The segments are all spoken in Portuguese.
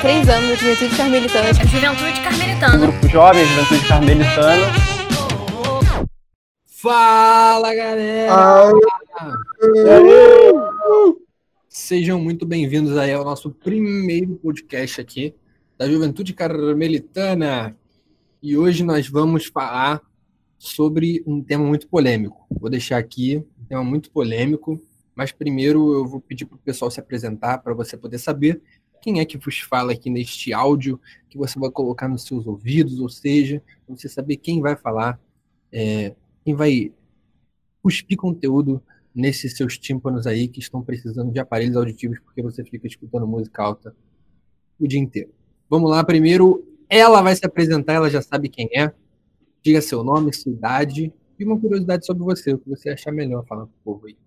3 anos da Juventude Carmelitana. Juventude Carmelitana. Grupo Jovem, Juventude Carmelitana. Fala, galera! Sejam muito bem-vindos aí ao nosso primeiro podcast aqui da Juventude Carmelitana. E hoje nós vamos falar sobre um tema muito polêmico. Vou deixar aqui um tema muito polêmico, mas primeiro eu vou pedir para o pessoal se apresentar para você poder saber quem é que vos fala aqui neste áudio que você vai colocar nos seus ouvidos, ou seja, para você saber quem vai falar, quem vai cuspir conteúdo nesses seus tímpanos aí que estão precisando de aparelhos auditivos porque você fica escutando música alta o dia inteiro. Vamos lá, primeiro ela vai se apresentar, ela já sabe quem é. Diga seu nome, sua idade e uma curiosidade sobre você, o que você achar melhor falar pro povo aí.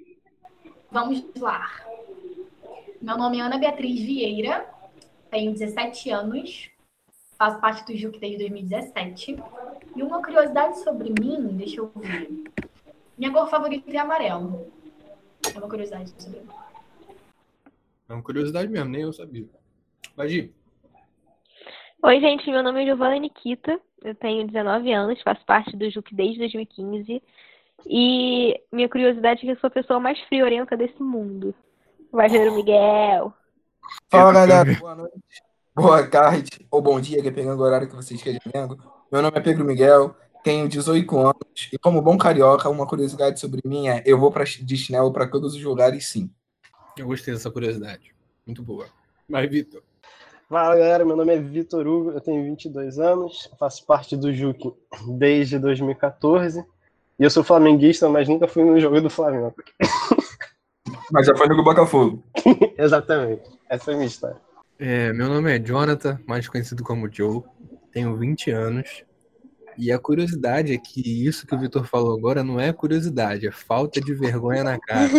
Vamos lá. Meu nome é Ana Beatriz Vieira, tenho 17 anos, faço parte do JUC desde 2017. E uma curiosidade sobre mim, deixa eu ver. Minha cor favorita é amarelo. É uma curiosidade sobre mim. É uma curiosidade mesmo, nem eu sabia. Vai, Gi. Oi, gente, meu nome é Giovana Nikita, eu tenho 19 anos, faço parte do JUC desde 2015 e minha curiosidade é que eu sou a pessoa mais friorenta desse mundo. Vai ver o Miguel. Fala, galera, boa noite, boa tarde ou bom dia, dependendo do horário que vocês estiverem vendo. Meu nome é Pedro Miguel, tenho 18 anos e como bom carioca, uma curiosidade sobre mim é eu vou de chinelo para todos os lugares, sim. Eu gostei dessa curiosidade, muito boa. Vai, Vitor. Fala, galera, meu nome é Vitor Hugo, eu tenho 22 anos, faço parte do JUC desde 2014 e eu sou flamenguista, mas nunca fui no jogo do Flamengo. Mas já foi no Botafogo. Exatamente, essa é a minha história. Meu nome é Jonathan, mais conhecido como Joe, tenho 20 anos e a curiosidade é que isso que o Vitor falou agora não é curiosidade, é falta de vergonha na cara.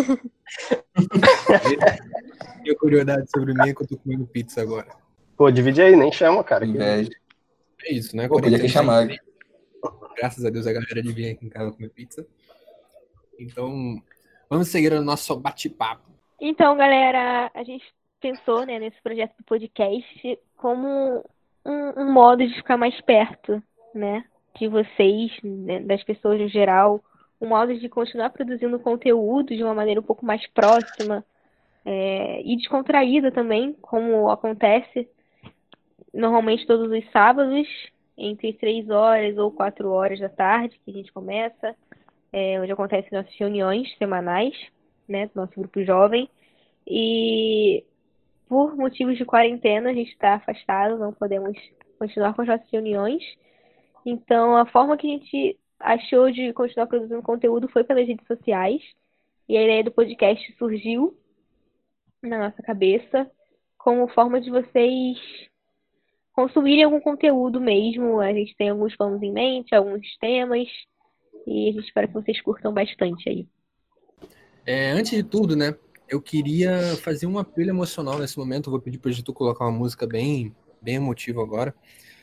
E a curiosidade sobre mim é que eu tô comendo pizza agora. Pô, divide aí, nem chama, cara. Inveja. É isso, né? Pô, podia ter chamado. Graças a Deus a galera de vir aqui em casa comer pizza. Então, vamos seguir o nosso bate-papo. Então, galera, a gente pensou, né, nesse projeto do podcast como um modo de ficar mais perto, né, de vocês, né, das pessoas no geral, um modo de continuar produzindo conteúdo de uma maneira um pouco mais próxima e descontraída também, como acontece normalmente todos os sábados, entre 3 horas ou 4 horas da tarde, que a gente começa, onde acontecem nossas reuniões semanais, né, do nosso grupo jovem. E por motivos de quarentena, a gente está afastado, não podemos continuar com as nossas reuniões. Então, a forma que a gente achou de continuar produzindo conteúdo foi pelas redes sociais. E a ideia do podcast surgiu na nossa cabeça como forma de vocês consumirem algum conteúdo mesmo. A gente tem alguns planos em mente, alguns temas, e a gente espera que vocês curtam bastante aí. Antes de tudo, né, eu queria fazer um apelo emocional nesse momento. Eu vou pedir para tu colocar uma música bem, bem emotiva agora.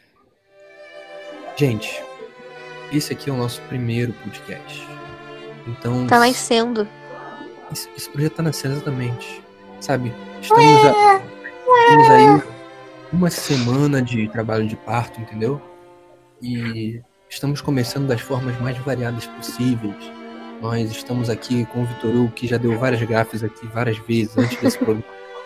Gente, esse aqui é o nosso primeiro podcast. Então, Tá nascendo. Esse projeto tá nascendo exatamente. Sabe? Estamos aí uma semana de trabalho de parto, entendeu? E estamos começando das formas mais variadas possíveis. Nós estamos aqui com o Vitor Hugo, que já deu várias gafes aqui várias vezes antes desse programa.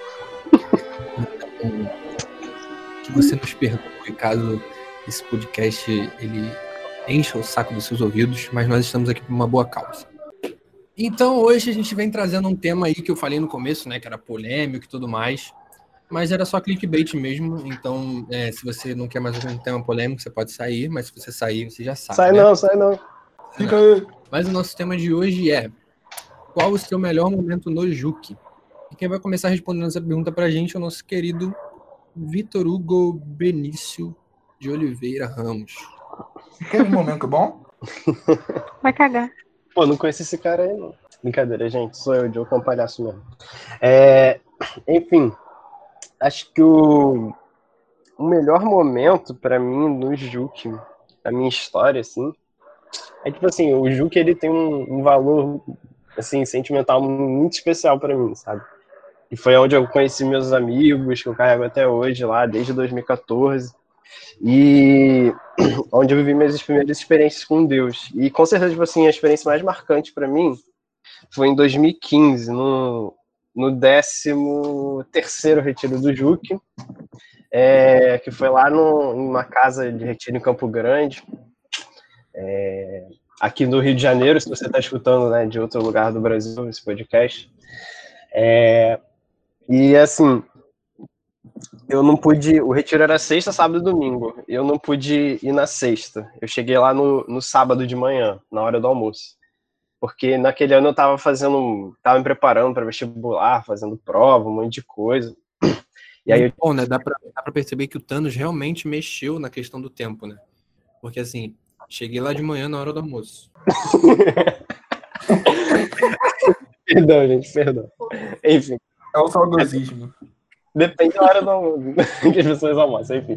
Então, que você nos perdoe caso esse podcast ele encha o saco dos seus ouvidos, mas nós estamos aqui por uma boa causa. Então hoje a gente vem trazendo um tema aí que eu falei no começo, né, que era polêmico e tudo mais, mas era só clickbait mesmo. Então, se você não quer mais um tema polêmico, você pode sair, mas se você sair, você já sabe. Sai, né? Sai não. Fica aí. Mas o nosso tema de hoje é: qual o seu melhor momento no JUC? E quem vai começar respondendo essa pergunta pra gente é o nosso querido Vitor Hugo Benício de Oliveira Ramos. Teve um momento bom? Vai cagar. Pô, não conheço esse cara aí, não. Brincadeira, gente. Sou eu, Joe, que é um palhaço mesmo. Enfim, acho que o melhor momento pra mim no JUC, a minha história, assim, é tipo assim, o JUC, ele tem um valor, assim, sentimental muito especial pra mim, sabe? E foi onde eu conheci meus amigos, que eu carrego até hoje lá, desde 2014. E onde eu vivi minhas primeiras experiências com Deus. E com certeza, tipo assim, a experiência mais marcante para mim foi em 2015, no 13º retiro do Juque, que foi lá em uma casa de retiro em Campo Grande, aqui no Rio de Janeiro, se você está escutando, né, de outro lugar do Brasil, esse podcast. E assim, eu não pude, o retiro era sexta, sábado e domingo, eu não pude ir na sexta, eu cheguei lá no sábado de manhã, na hora do almoço, porque naquele ano eu estava me preparando para vestibular, fazendo prova, um monte de coisa. E aí Bom, né? Dá pra perceber que o Thanos realmente mexeu na questão do tempo, né? Porque assim, cheguei lá de manhã na hora do almoço. Perdão, gente, perdão. Enfim. É o saudosismo. Depende da hora do almoço, que as pessoas almoçam, enfim.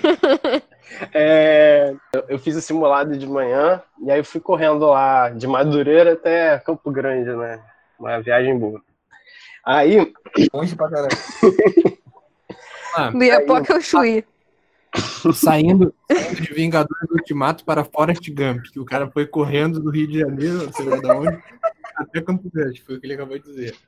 Eu fiz o simulado de manhã, e aí eu fui correndo lá de Madureira até Campo Grande, né? Uma viagem boa. Aí... Longe pra caralho. Do Iapoque ao Chuí. Saindo de Vingadores Ultimato para Forrest Gump, que o cara foi correndo do Rio de Janeiro, não sei de onde, até Campo Grande, foi o que ele acabou de dizer.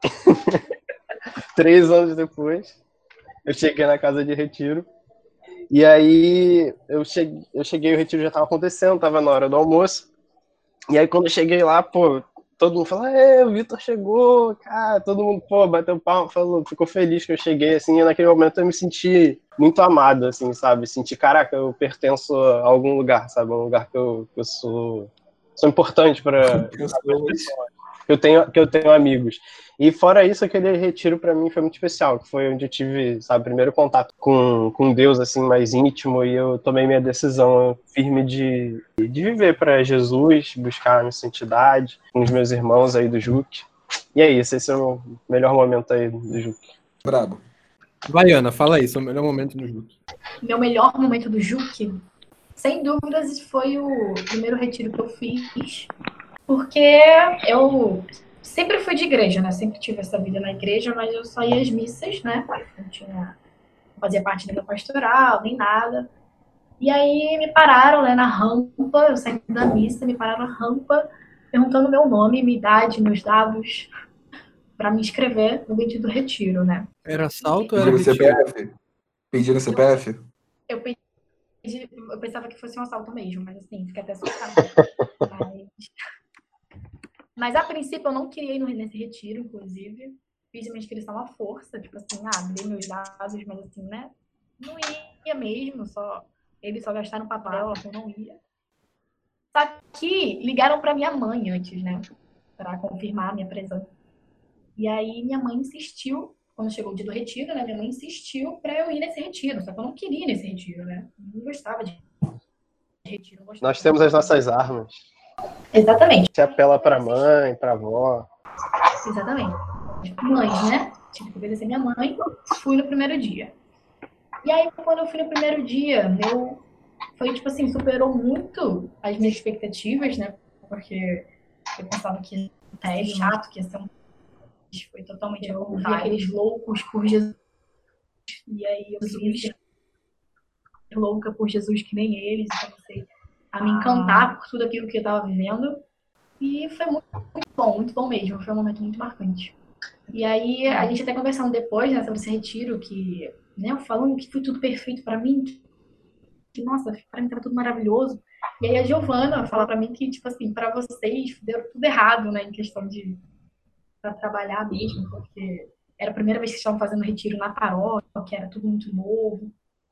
3 anos depois, eu cheguei na casa de retiro. E aí eu cheguei, o retiro já estava acontecendo, estava na hora do almoço. E aí quando eu cheguei lá, pô, todo mundo falou, o Vitor chegou, cara, todo mundo, pô, bateu palma, ficou feliz que eu cheguei, assim, e naquele momento eu me senti muito amado, assim, sabe? Senti, caraca, eu pertenço a algum lugar, sabe? Um lugar que eu sou importante para que eu tenho amigos. E fora isso, aquele retiro para mim foi muito especial, que foi onde eu tive, sabe, primeiro contato com Deus, assim, mais íntimo, e eu tomei minha decisão firme de viver para Jesus, buscar a minha santidade, com os meus irmãos aí do Juque. E é isso, esse é o melhor momento aí do Juque. Brabo. Vaiana, fala aí, seu melhor momento no Juque. Meu melhor momento do Juque, sem dúvidas, foi o primeiro retiro que eu fiz, porque eu sempre fui de igreja, né? Sempre tive essa vida na igreja, mas eu só ia às missas, né? Não fazia parte da minha pastoral, nem nada. E aí me pararam, né, na rampa, eu saí da missa, me pararam na rampa, perguntando meu nome, minha idade, meus dados, para me inscrever no pedido do retiro, né? Era assalto ou era Pediram retiro? CPF? Pediram CPF? Eu pensava que fosse um assalto mesmo, mas assim, fiquei até assustada. Mas a princípio eu não queria ir nesse retiro, inclusive. Fiz minha inscrição à força, tipo assim, dei meus dados, mas assim, né? Não ia mesmo, eles só gastaram papel, eu não ia. Só que ligaram para minha mãe antes, né? Para confirmar a minha presença. E aí minha mãe insistiu, quando chegou o dia do retiro, né? Minha mãe insistiu para eu ir nesse retiro, só que eu não queria ir nesse retiro, né? Eu não gostava de retiro. Nós temos as nossas armas. Exatamente. Você apela pra mãe, pra avó. Exatamente. Mães, né? Tive que obedecer minha mãe. Fui no primeiro dia. E aí, quando eu fui no primeiro dia, foi, tipo assim, superou muito as minhas expectativas, né? Porque eu pensava que ia ser chato, que ia ser foi totalmente ao contrário. Aqueles loucos por Jesus. E aí eu queria ser louca por Jesus que nem eles. Então, comecei a me encantar por tudo aquilo que eu estava vivendo. E foi muito bom mesmo. Foi um momento muito marcante. E aí, a gente até conversando depois, né, sobre esse retiro, que, né, falando que foi tudo perfeito pra mim, que, nossa, pra mim tava tudo maravilhoso. E aí a Giovana fala pra mim que, tipo assim, pra vocês deu tudo errado, né, em questão de pra trabalhar mesmo, porque era a primeira vez que estavam fazendo retiro na paróquia, que era tudo muito novo.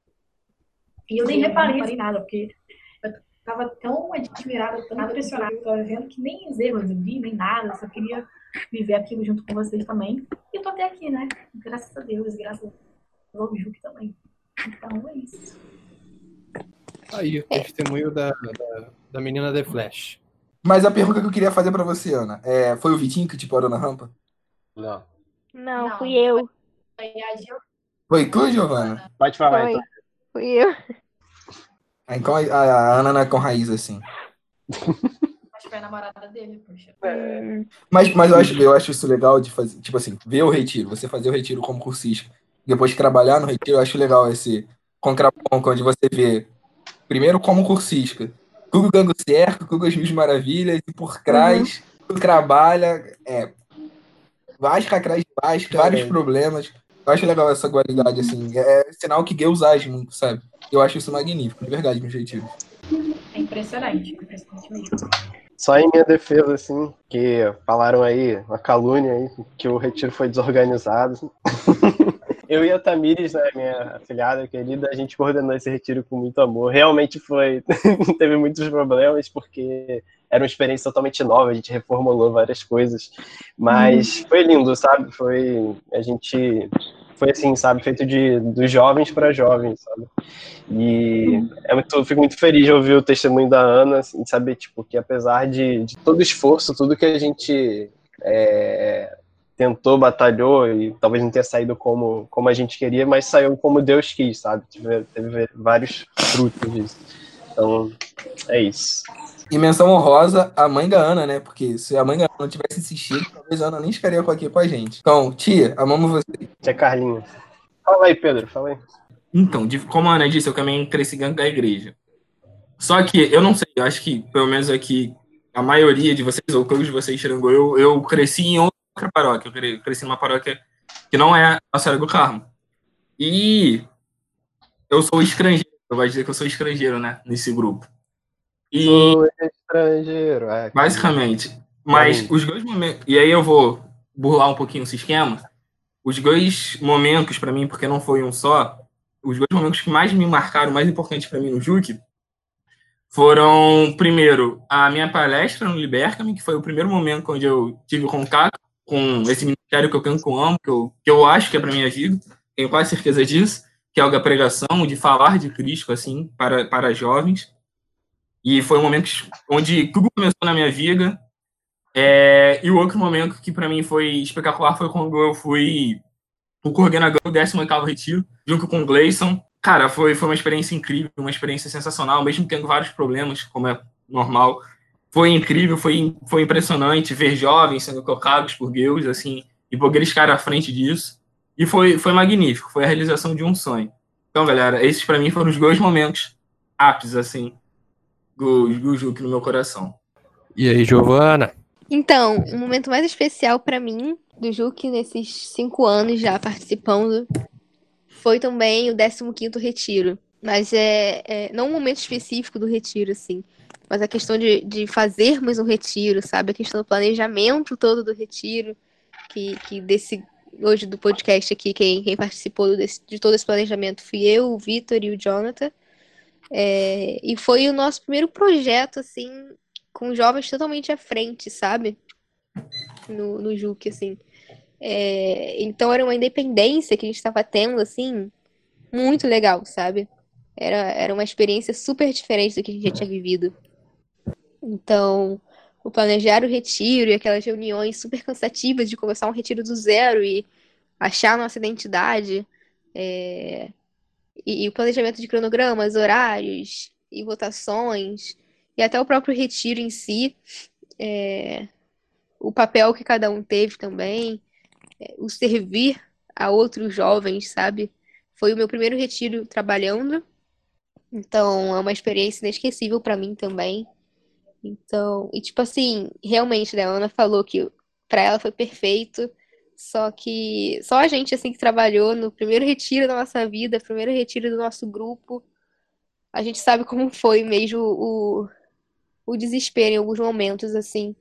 E eu nem reparei em nada, porque eu tava tão admirada, tão impressionada, tava vendo que nem os erros eu vi, nem nada, só queria viver aquilo junto com vocês também. E eu tô até aqui, né? Graças a Deus, graças ao Juque também. Então é isso. Aí, o testemunho da menina The Flash. Mas a pergunta que eu queria fazer pra você, Ana, foi o Vitinho que te parou na rampa? Não. Não, fui eu. Foi tu, Giovana? Pode falar, Foi. então. Fui eu. Então a Ana não é com raiz assim. foi a namorada dele, poxa. Mas eu acho isso legal de fazer, tipo assim, ver o retiro, você fazer o retiro como cursista, depois trabalhar no retiro, eu acho legal esse contraponto, onde você vê, primeiro como cursista, tudo dando certo, tudo as mil maravilhas, e por trás, tu trabalha, vasca atrás de vasca, vários problemas. Eu acho legal essa dualidade, assim, é sinal que Deus age muito, sabe? Eu acho isso magnífico, de verdade, meus retiros. É impressionante mesmo. Só em minha defesa, assim, que falaram aí, uma calúnia aí, que o retiro foi desorganizado. Eu e a Tamires, né, minha afilhada querida, a gente coordenou esse retiro com muito amor. Realmente foi, teve muitos problemas, porque era uma experiência totalmente nova, a gente reformulou várias coisas. Mas foi lindo, sabe? Foi assim, sabe, feito dos jovens para jovens, sabe? E fico muito feliz de ouvir o testemunho da Ana, assim, saber tipo, que apesar de todo o esforço, tudo que a gente tentou, batalhou e talvez não tenha saído como a gente queria, mas saiu como Deus quis, sabe? Teve vários frutos disso. Então, é isso. E menção honrosa à mãe da Ana, né? Porque se a mãe da Ana não tivesse insistido, talvez a Ana nem estaria aqui com a gente. Então, tia, amamos você. Tia Carlinha. Fala aí, Pedro, fala aí. Então, como a Ana disse, eu também cresci dentro da igreja. Só que, eu não sei, eu acho que, pelo menos aqui, a maioria de vocês, ou todos de vocês, tirando eu cresci em outra paróquia. Eu cresci numa paróquia que não é a Senhora do Carmo. E eu sou estrangeiro, eu vou dizer que eu sou estrangeiro, né, nesse grupo. E, sou estrangeiro. basicamente, mas os dois momentos, e aí eu vou burlar um pouquinho esse esquema, os dois momentos para mim, porque não foi um só, os dois momentos que mais me marcaram, mais importantes para mim no JUC, foram, primeiro, a minha palestra no Liberta-me, que foi o primeiro momento onde eu tive contato com esse ministério que eu tanto amo, que eu acho que é para minha vida, tenho quase certeza disso, que é o da pregação, de falar de Cristo, assim, para jovens. E foi um momento onde tudo começou na minha vida. E o outro momento que para mim foi espetacular foi quando eu fui o coordenador do 18º Retiro, junto com o Gleison. Cara, foi uma experiência incrível, uma experiência sensacional, mesmo tendo vários problemas, como é normal. Foi incrível, foi impressionante ver jovens sendo tocados por Deus, assim, e poder estar à frente disso. E foi magnífico, foi a realização de um sonho. Então, galera, esses para mim foram os dois momentos ápices, assim, do JUC no meu coração. E aí, Giovana? Então, o momento mais especial pra mim do JUC nesses 5 anos já participando foi também o 15º retiro. Mas não um momento específico do retiro, assim, mas a questão de fazermos um retiro, sabe? A questão do planejamento todo do retiro, que desse hoje do podcast aqui, quem participou de todo esse planejamento fui eu, o Vitor e o Jonathan. E foi o nosso primeiro projeto, assim, com jovens totalmente à frente, sabe? No JUC, assim. Então era uma independência que a gente estava tendo, assim, muito legal, sabe? Era uma experiência super diferente do que a gente já tinha vivido. Então, o planejar o retiro e aquelas reuniões super cansativas de começar um retiro do zero e achar a nossa identidade, e o planejamento de cronogramas, horários e votações, e até o próprio retiro em si, o papel que cada um teve também, o servir a outros jovens, sabe? Foi o meu primeiro retiro trabalhando, então é uma experiência inesquecível para mim também. Então, e tipo assim, realmente, né, a Ana falou que para ela foi perfeito, só que só a gente assim que trabalhou no primeiro retiro da nossa vida, primeiro retiro do nosso grupo, a gente sabe como foi mesmo o desespero em alguns momentos, assim.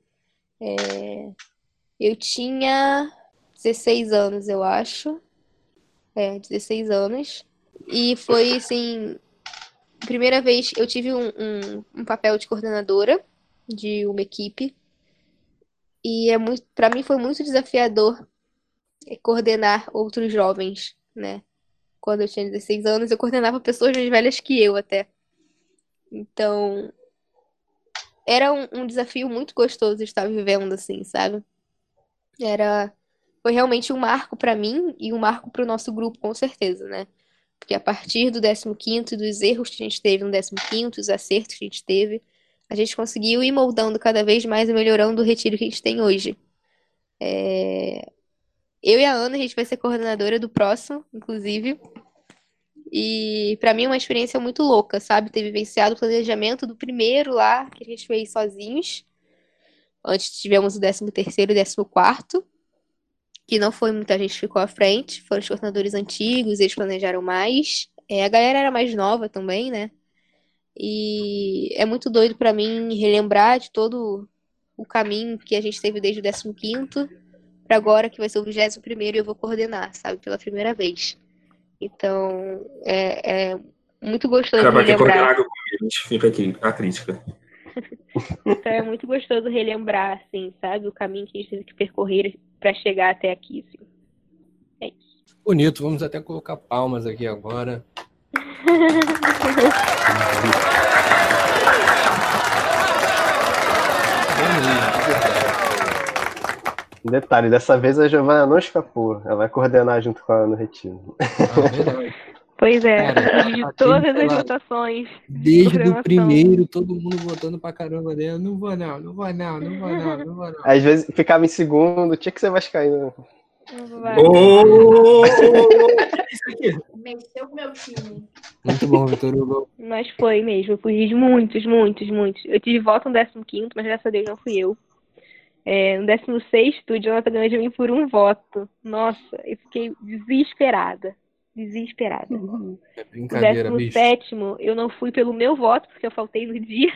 Eu tinha 16 anos, eu acho. 16 anos. E foi, assim, primeira vez eu tive um papel de coordenadora de uma equipe. E para mim foi muito desafiador coordenar outros jovens, né? Quando eu tinha 16 anos, eu coordenava pessoas mais velhas que eu até. Então, era um desafio muito gostoso de estar vivendo, assim, sabe? Foi realmente um marco pra mim e um marco pro nosso grupo, com certeza, né? Porque a partir do 15º, dos erros que a gente teve no 15º, os acertos que a gente teve, a gente conseguiu ir moldando cada vez mais e melhorando o retiro que a gente tem hoje. Eu e a Ana, a gente vai ser coordenadora do próximo, inclusive. E pra mim é uma experiência muito louca, sabe? Ter vivenciado o planejamento do primeiro lá, que a gente fez sozinhos. Antes tivemos o 13º e 14º, que não foi muita gente que ficou à frente. Foram os coordenadores antigos, eles planejaram mais. A galera era mais nova também, né? E é muito doido pra mim relembrar de todo o caminho que a gente teve desde o 15º para agora, que vai ser o 21º, e eu vou coordenar, sabe? Pela primeira vez. Então, é muito gostoso Acaba que é relembrar. coordenado com a gente. Fica aqui a crítica. Então é muito gostoso relembrar, assim, sabe? O caminho que a gente teve que percorrer para chegar até aqui, assim. É isso. Bonito, vamos até colocar palmas aqui agora. Detalhe, dessa vez a Giovana não escapou. Ela vai coordenar junto com ela no retiro. Verdade. Pois é, Cara, de aquele todas as pela- votações de Desde o coordenação. primeiro, todo mundo votando pra caramba dela. Não vou não, não vou não, não vou não, não vou não. Às vezes ficava em segundo, tinha que ser vascaíno. Vai. Isso aqui. Mexeu com meu time. Muito bom, Vitor Hugo. Mas foi mesmo, eu fugi muitos. Eu tive voto no 15º, mas graças a Deus não fui eu. No 16º, o Jonathan ganhou de mim por um voto. Nossa, eu fiquei desesperada. É O brincadeira, bicho. 17º, eu não fui pelo meu voto, porque eu faltei no dia.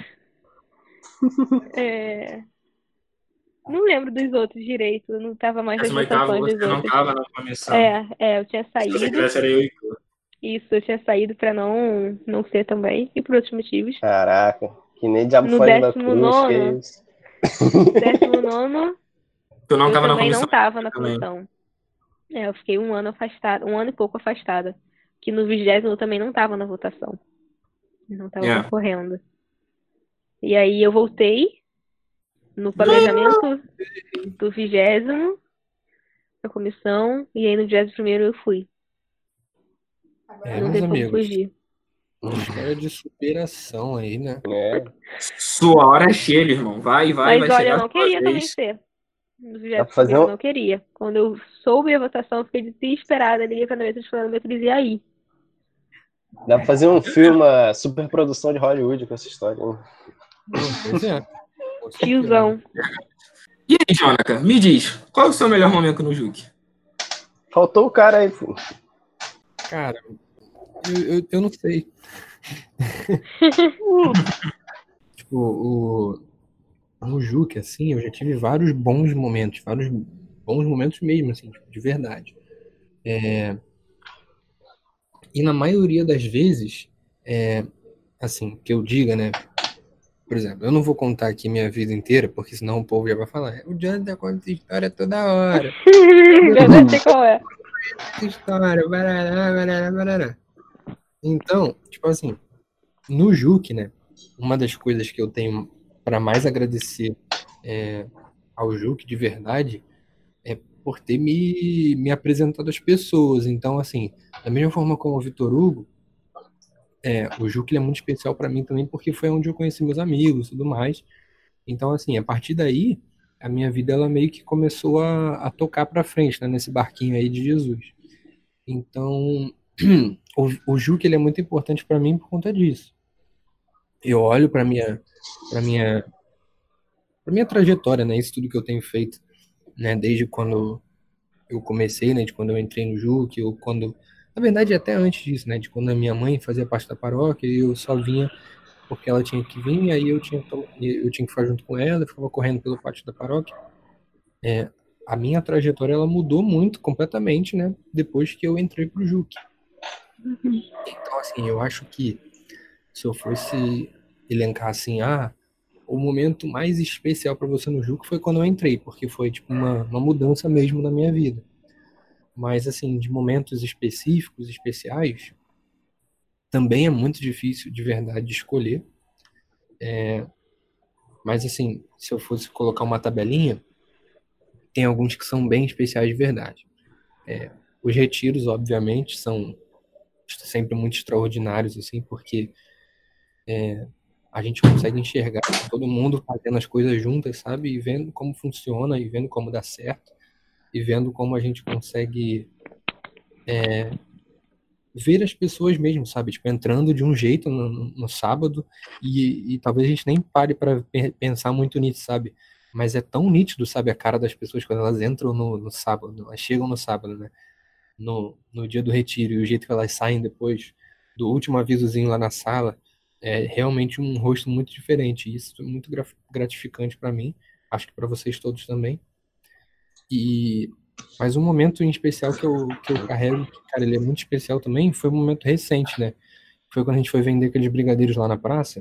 Não lembro dos outros direito, eu não estava mais nas 18º, votações você dos não outros. estava na comissão. Eu tinha Se você saído. tivesse, era eu e tu. Isso, eu tinha saído pra não ser também, e por outros motivos. Caraca, que nem diabo No foge da cruz, que 19º, isso. 19º, Tu não eu estava na também não comissão. estava na também. comissão. Eu fiquei um ano afastada, um ano e pouco afastada. Que no 20º eu também não estava na votação. Eu não estava concorrendo. E aí eu voltei no planejamento do 20º, na comissão, e aí no 21º eu fui. Não Meus tem como amigos, fugir. uma história de superação aí, né? Sua hora chega, irmão. Vai Mas olha, chegar eu a não sua queria também vez. ser. No Dá pra fazer 21º eu um- não queria. Quando eu soube a votação, eu fiquei desesperada. Liguei pra Neveta falando que eu queria aí. Dá pra fazer um filme, uma superprodução de Hollywood com essa história. Hein? Pois é. Com certeza. Tiozão. E aí, Jonathan, me diz, qual é o seu melhor momento no Juque? Faltou o cara aí, pô. Cara, eu não sei. Tipo, no Juque, assim, eu já tive vários bons momentos mesmo, assim, tipo, de verdade. E na maioria das vezes, assim, que eu diga, né? Por exemplo, eu não vou contar aqui minha vida inteira, porque senão o povo já vai falar, o Jonathan conta história toda hora. Eu já sei qual é. História, barará, barará, barará. Então, tipo assim, no Juque, né? Uma das coisas que eu tenho para mais agradecer ao Juque de verdade é por ter me apresentado às pessoas. Então, assim, da mesma forma como o Vitor Hugo, o Juque ele é muito especial para mim também, porque foi onde eu conheci meus amigos e tudo mais. Então, assim, a partir daí, a minha vida ela meio que começou a tocar para frente, né, nesse barquinho aí de Jesus. Então, o Juque ele é muito importante para mim por conta disso. Eu olho para minha trajetória, né, isso tudo que eu tenho feito, né, desde quando eu comecei, né, de quando eu entrei no Juque, ou quando, na verdade, até antes disso, né, de quando a minha mãe fazia parte da paróquia e eu só vinha porque ela tinha que vir, aí eu tinha que ficar junto com ela, eu ficava correndo pelo pátio da paróquia. A minha trajetória ela mudou muito, completamente, né, depois que eu entrei pro Juque. Então, assim, eu acho que se eu fosse elencar assim, o momento mais especial para você no Juque foi quando eu entrei, porque foi tipo uma mudança mesmo na minha vida. Mas, assim, de momentos específicos, especiais, também é muito difícil de verdade de escolher. Mas, assim, se eu fosse colocar uma tabelinha, tem alguns que são bem especiais de verdade. Os retiros, obviamente, são sempre muito extraordinários, assim, porque a gente consegue enxergar todo mundo fazendo as coisas juntas, sabe? E vendo como funciona, e vendo como dá certo, e vendo como a gente consegue ver as pessoas mesmo, sabe? Tipo, entrando de um jeito no sábado, e talvez a gente nem pare para pensar muito nisso, sabe? Mas é tão nítido, sabe, a cara das pessoas quando elas entram no sábado, elas chegam no sábado, né? No dia do retiro, e o jeito que elas saem depois do último avisozinho lá na sala, é realmente um rosto muito diferente. E isso é muito gratificante para mim, acho que para vocês todos também. Mas um momento em especial que eu carrego, que, cara, ele é muito especial também, foi um momento recente, né? Foi quando a gente foi vender aqueles brigadeiros lá na praça.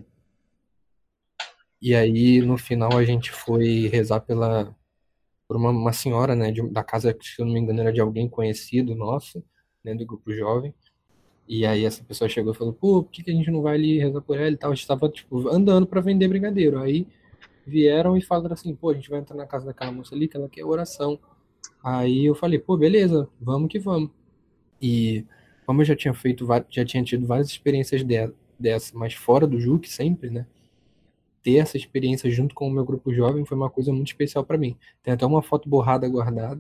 E aí, no final, a gente foi rezar por uma senhora, né, da casa que, se eu não me engano, era de alguém conhecido nosso, né, do grupo jovem. E aí essa pessoa chegou e falou, pô, por que a gente não vai ali rezar por ela e tal? A gente tava, tipo, andando para vender brigadeiro. Aí vieram e falaram assim, pô, a gente vai entrar na casa daquela moça ali, que ela quer oração. Aí eu falei, pô, beleza, vamos que vamos. E como eu já tinha tido várias experiências dessa, mas fora do Juque sempre, né? Ter essa experiência junto com o meu grupo jovem foi uma coisa muito especial para mim. Tem até uma foto borrada guardada.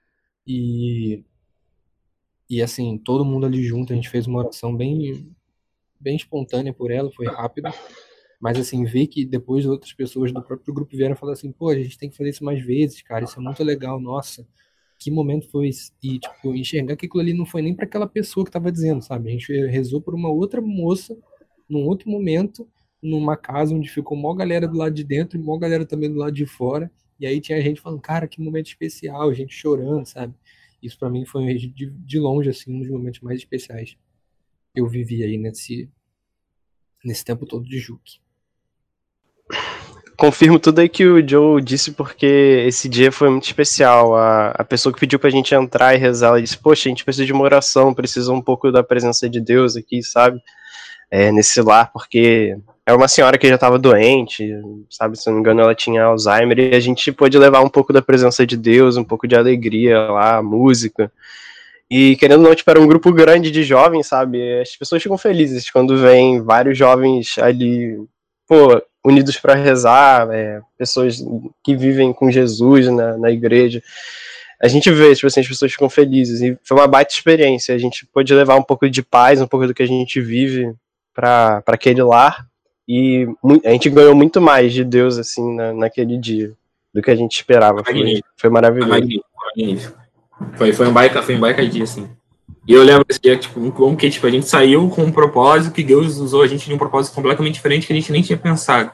E assim, todo mundo ali junto, a gente fez uma oração bem espontânea por ela, foi rápido. Mas assim, ver que depois outras pessoas do próprio grupo vieram falar assim, pô, a gente tem que fazer isso mais vezes, cara, isso é muito legal, nossa, que momento foi esse? E, tipo, enxergar que aquilo ali não foi nem para aquela pessoa que tava dizendo, sabe? A gente rezou por uma outra moça, num outro momento, numa casa onde ficou mó galera do lado de dentro e mó galera também do lado de fora. E aí tinha gente falando, cara, que momento especial, gente chorando, sabe? Isso para mim foi de longe, assim, um dos momentos mais especiais que eu vivi aí nesse tempo todo de Juque. Confirmo tudo aí que o Joe disse, porque esse dia foi muito especial. A pessoa que pediu pra gente entrar e rezar, ela disse, poxa, a gente precisa de uma oração, precisa um pouco da presença de Deus aqui, sabe? Nesse lar, porque é uma senhora que já estava doente, sabe? Se não me engano, ela tinha Alzheimer, e a gente pôde levar um pouco da presença de Deus, um pouco de alegria lá, música. E querendo ou não, tipo, era um grupo grande de jovens, sabe? As pessoas ficam felizes quando vem vários jovens ali, pô, unidos para rezar, pessoas que vivem com Jesus na igreja. A gente vê, tipo assim, as pessoas ficam felizes. E foi uma baita experiência. A gente pôde levar um pouco de paz, um pouco do que a gente vive para aquele lar. E a gente ganhou muito mais de Deus, assim, naquele dia, do que a gente esperava. Foi maravilhoso. Magnífico. Foi um baita dia, assim. E eu lembro desse dia, tipo, como que tipo, a gente saiu com um propósito que Deus usou a gente de um propósito completamente diferente que a gente nem tinha pensado.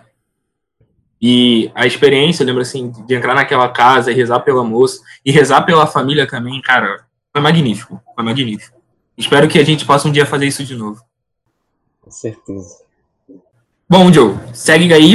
E a experiência, eu lembro, assim, de entrar naquela casa e rezar pela moça e rezar pela família também, cara, foi magnífico. Foi magnífico. Espero que a gente possa um dia fazer isso de novo. Com certeza. Bom, Joe, segue aí.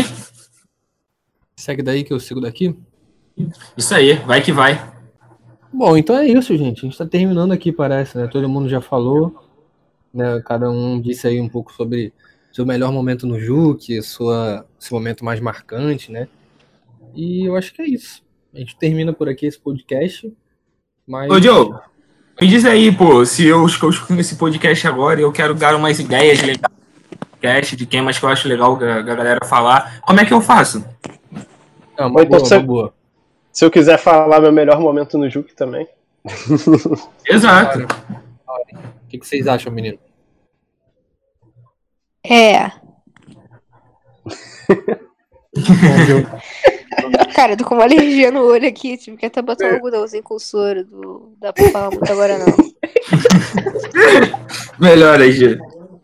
Segue daí que eu sigo daqui? Isso aí, vai que vai. Bom, então é isso, gente. A gente está terminando aqui, parece, né? Todo mundo já falou, né? Cada um disse aí um pouco sobre seu melhor momento no Juque, seu momento mais marcante, né? E eu acho que é isso. A gente termina por aqui esse podcast. Mas... Ô, Joe, me diz aí, pô, se eu estou escutando esse podcast agora e eu quero dar umas ideias legais de temas que eu acho legal a galera falar, como é que eu faço? Uma boa. Se eu quiser falar meu melhor momento no Juque também. Exato. O que vocês acham, menino? Cara, eu tô com uma alergia no olho aqui, tive que até botar um algodãozinho com soro. Não dá pra falar muito agora, não. Melhor aí, Gê.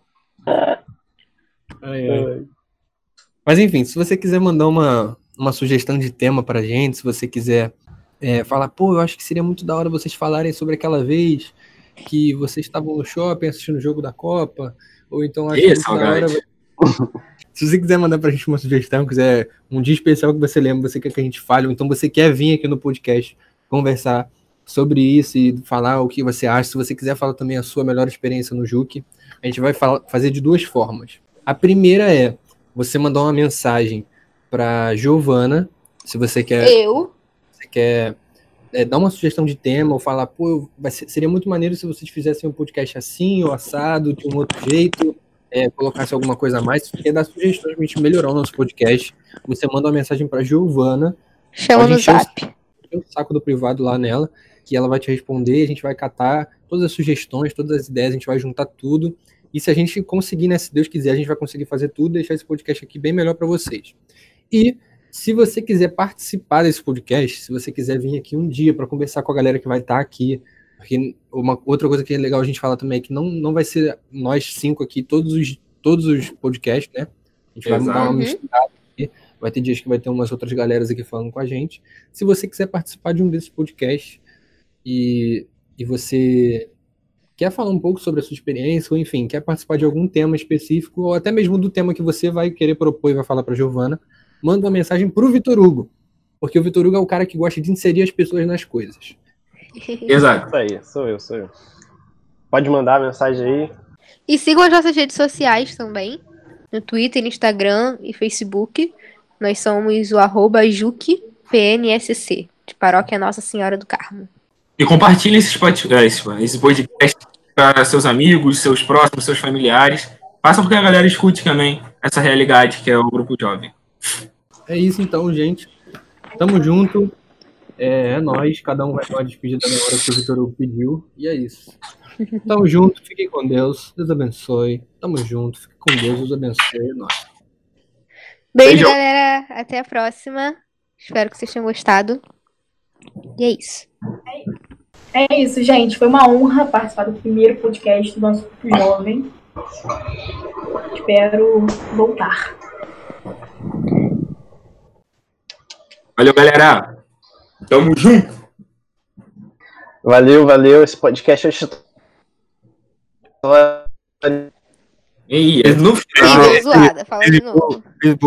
Mas enfim, se você quiser mandar uma sugestão de tema pra gente, se você quiser falar, pô, eu acho que seria muito da hora vocês falarem sobre aquela vez que vocês estavam no shopping assistindo o jogo da Copa, ou então acho que da hora... Se você quiser mandar pra gente uma sugestão, quiser um dia especial que você lembra, você quer que a gente fale, ou então você quer vir aqui no podcast conversar sobre isso e falar o que você acha, se você quiser falar também a sua melhor experiência no Juque, a gente vai fazer de duas formas. A primeira é você mandar uma mensagem pra Giovana, se você quer... Você quer dar uma sugestão de tema, ou falar, pô, seria muito maneiro se vocês fizessem um podcast assim, ou assado, de um outro jeito... colocasse alguma coisa a mais, se você quer dar sugestões pra gente melhorar o nosso podcast, você manda uma mensagem pra Giovana. Chama no zap. Tem um saco do privado lá nela, que ela vai te responder, a gente vai catar todas as sugestões, todas as ideias, a gente vai juntar tudo. E se a gente conseguir, né, se Deus quiser, a gente vai conseguir fazer tudo e deixar esse podcast aqui bem melhor para vocês. E se você quiser participar desse podcast, se você quiser vir aqui um dia para conversar com a galera que vai estar aqui, porque uma outra coisa que é legal a gente falar também é que não vai ser nós 5 aqui todos os podcasts, né? A gente vai dar uma misturada aqui. Vai ter dias que vai ter umas outras galeras aqui falando com a gente. Se você quiser participar de um desses podcasts e você quer falar um pouco sobre a sua experiência, ou enfim, quer participar de algum tema específico, ou até mesmo do tema que você vai querer propor e vai falar para a Giovana, manda uma mensagem pro Vitor Hugo. Porque o Vitor Hugo é o cara que gosta de inserir as pessoas nas coisas. Exato. Isso aí, sou eu. Pode mandar a mensagem aí. E sigam as nossas redes sociais também. No Twitter, no Instagram e Facebook. Nós somos o @juquepnsc, de Paróquia Nossa Senhora do Carmo. E compartilhe esse podcast para seus amigos, seus próximos, seus familiares. Faça com que a galera escute também essa realidade que é o Grupo Jovem. É isso então, gente. Tamo junto. É nóis. Cada um vai dar uma despedida na hora que o Vitor Hugo pediu. E é isso. Tamo junto. Fiquem com Deus. Deus abençoe. Tamo junto. Fiquem com Deus. Deus abençoe. É nóis. Beijo, galera. Até a próxima. Espero que vocês tenham gostado. E é isso. É isso, gente. Foi uma honra participar do primeiro podcast do nosso Grupo Jovem. Espero voltar. Valeu, galera. Tamo junto. Valeu. Esse podcast é E no Ih, final. deu zoada. Fala de novo.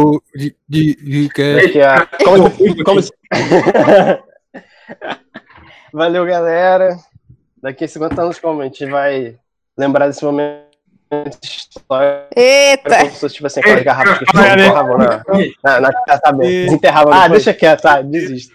Valeu, galera. Daqui a 50 anos, como a gente vai lembrar desse momento histórico. Eita! Como se fosse, tipo assim, aquelas garrafas que enterravam na casa aberta. Desenterravam depois. Deixa quieto, tá? Desisto.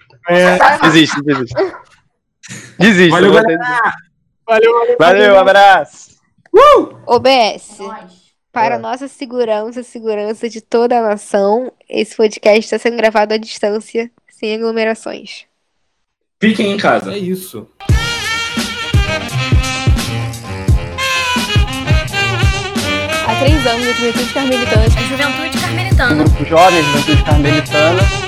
Desiste. Valeu, galera. Valeu, abraço. OBS. Nós. Para nossa segurança, segurança de toda a nação, esse podcast está sendo gravado à distância, sem aglomerações. Fiquem em casa. É isso. Há 3 anos, a Juventude Carmelitana Juventude Carmelitana. Grupo Jovem, Juventude Carmelitana.